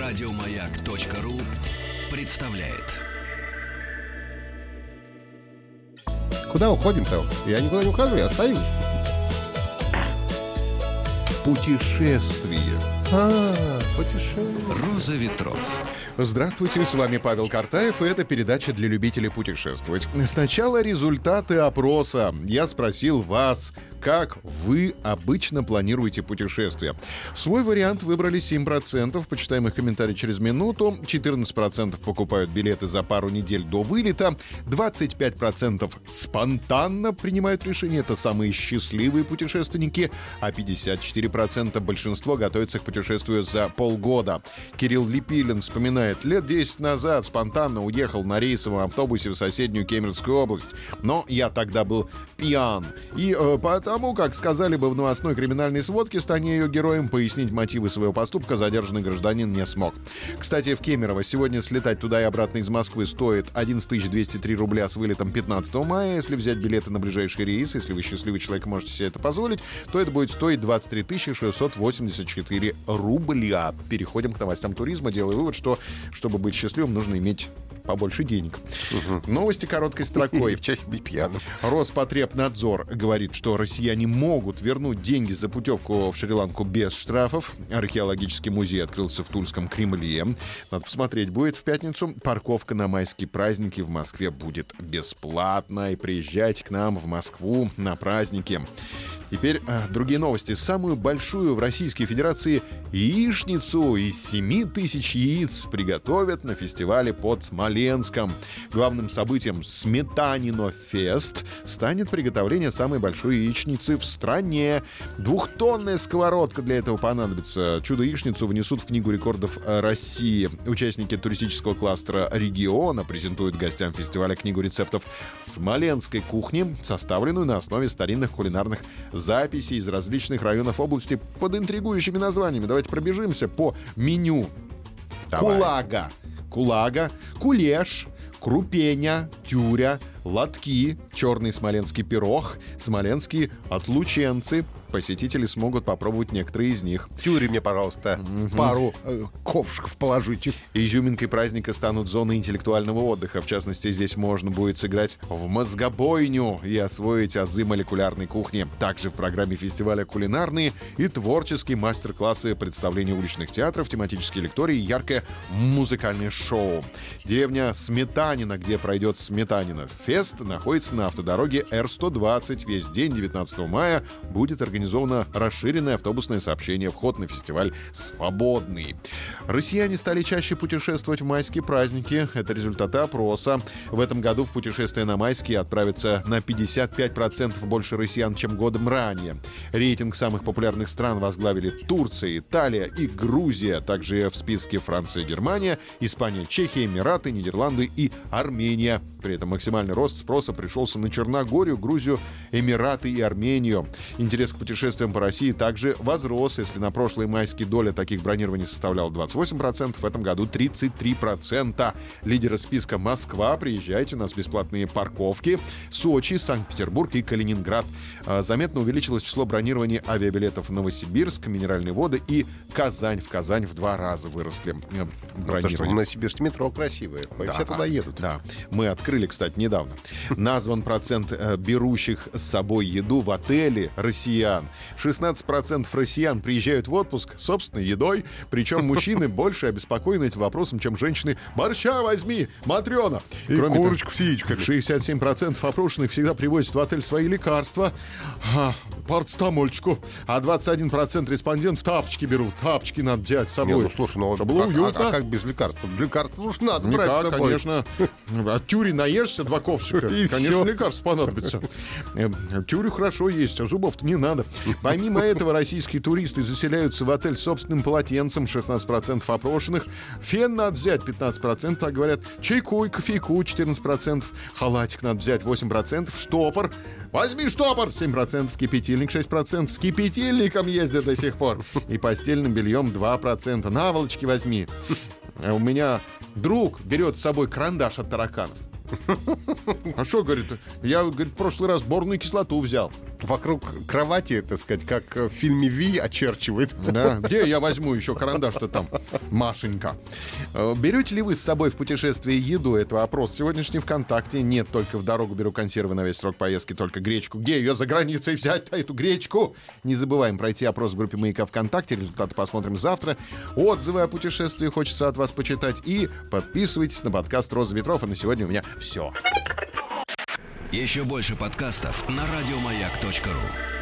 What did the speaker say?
Радиомаяк.ру представляет. Куда уходим-то? Я никуда не ухожу, я остаюсь. Путешествие. Путешествие. Роза ветров. Здравствуйте, с вами Павел Картаев, и это передача для любителей путешествовать. Сначала результаты опроса. Я спросил вас, как вы обычно планируете путешествия. Свой вариант выбрали 7%, почитаем их комментарии через минуту, 14% покупают билеты за пару недель до вылета, 25% спонтанно принимают решение, это самые счастливые путешественники, а 54% большинство готовится к путешествию за полгода. Кирилл Лепилин вспоминает, лет 10 назад спонтанно уехал на рейсовом автобусе в соседнюю Кемеровскую область, но я тогда был пьян, и потому, как сказали бы в новостной криминальной сводке, стань ее героем, пояснить мотивы своего поступка задержанный гражданин не смог. Кстати, в Кемерово сегодня слетать туда и обратно из Москвы стоит 11 203 рубля с вылетом 15 мая. Если взять билеты на ближайший рейс, если вы счастливый человек, можете себе это позволить, то это будет стоить 23 684 рубля. Переходим к новостям туризма. Делаю вывод, что, чтобы быть счастливым, нужно иметь побольше денег. Новости короткой строкой. Чаще быть пьяным. Роспотребнадзор говорит, что россияне могут вернуть деньги за путевку в Шри-Ланку без штрафов. Археологический музей открылся в Тульском Кремле. Надо посмотреть будет в пятницу. Парковка на майские праздники в Москве будет бесплатной. И приезжайте к нам в Москву на праздники. Теперь другие новости. Самую большую в Российской Федерации яичницу из 7 тысяч яиц приготовят на фестивале под Смоленском. Главным событием Сметанино-фест станет приготовление самой большой яичницы в стране. 2-тонная сковородка для этого понадобится. Чудо-яичницу внесут в Книгу рекордов России. Участники туристического кластера региона презентуют гостям фестиваля книгу рецептов смоленской кухни, составленную на основе старинных кулинарных записей из различных районов области под интригующими названиями. Давайте пробежимся по меню. Давай. Кулага, кулеш, крупеня, тюря, лотки, черный смоленский пирог, смоленские отлученцы. Посетители смогут попробовать некоторые из них. Тюри мне, пожалуйста, пару ковшиков положите. Изюминкой праздника станут зоны интеллектуального отдыха. В частности, здесь можно будет сыграть в мозгобойню и освоить азы молекулярной кухни. Также в программе фестиваля кулинарные и творческие мастер-классы, представления уличных театров, тематические лектории и яркое музыкальное шоу. Деревня Сметанина, где пройдет Сметанино-фест, находится на автодороге Р-120. Весь день 19 мая будет организовано расширенное автобусное сообщение. Вход на фестиваль свободный. Россияне стали чаще путешествовать в майские праздники. Это результаты опроса. В этом году в путешествие на майские отправится на 55% больше россиян, чем годом ранее. Рейтинг самых популярных стран возглавили Турция, Италия и Грузия. Также в списке Франция и Германия, Испания, Чехия, Эмираты, Нидерланды и Армения. При этом максимальный рост спроса пришелся на Черногорию, Грузию, Эмираты и Армению. Интерес к путешествиям по России также возрос. Если на прошлые майские доля таких бронирований составляла 28%, в этом году 33%. Лидеры списка Москва. Приезжайте, у нас бесплатные парковки. Сочи, Санкт-Петербург и Калининград. Заметно увеличилось число бронирований авиабилетов в Новосибирск, Минеральные воды и Казань. В Казань в 2 раза выросли бронирования. Потому что в Новосибирске метро красивое. Все туда едут. Да, мы открыли, кстати, недавно. Назван процент берущих с собой еду в отеле россиян. 16% россиян приезжают в отпуск с собственной едой. Причем мужчины больше обеспокоены этим вопросом, чем женщины. Борща возьми, Матрена! И кроме курочку с яичками. 67% опрошенных всегда привозят в отель свои лекарства. Парацетамольчику. А 21% респондентов тапочки берут. Тапочки надо взять с собой. Не, ну слушай, ну чтобы было уютно. А как без лекарств? Лекарства уж надо брать Никак, с собой. конечно. От тюри наешься 2 ковшика, И конечно, всё. лекарств понадобится. Тюрю хорошо есть, а зубов-то не надо. Помимо этого, российские туристы заселяются в отель собственным полотенцем, 16% опрошенных. Фен надо взять, 15%, так говорят. Чайку и кофейку, 14%. Халатик надо взять, 8%. Штопор. Возьми штопор, 7%. Кипятильник, 6%. С кипятильником ездят до сих пор. И постельным бельем 2%. Наволочки возьми. У меня друг берет с собой карандаш от тараканов. А что, говорит, я, говорит, в прошлый раз борную кислоту взял. вокруг кровати, так сказать, как в фильме «Ви» очерчивает. Да, где я возьму еще карандаш-то там, Машенька? Берете ли вы с собой в путешествие еду? Это вопрос сегодняшний ВКонтакте. Нет, только в дорогу беру консервы на весь срок поездки, только гречку. Где ее за границей взять-то, эту гречку? Не забываем пройти опрос в группе «Маяка» ВКонтакте. Результаты посмотрим завтра. Отзывы о путешествии хочется от вас почитать. И подписывайтесь на подкаст «Роза ветров». А на сегодня у меня все. Еще больше подкастов на радиомаяк.ру.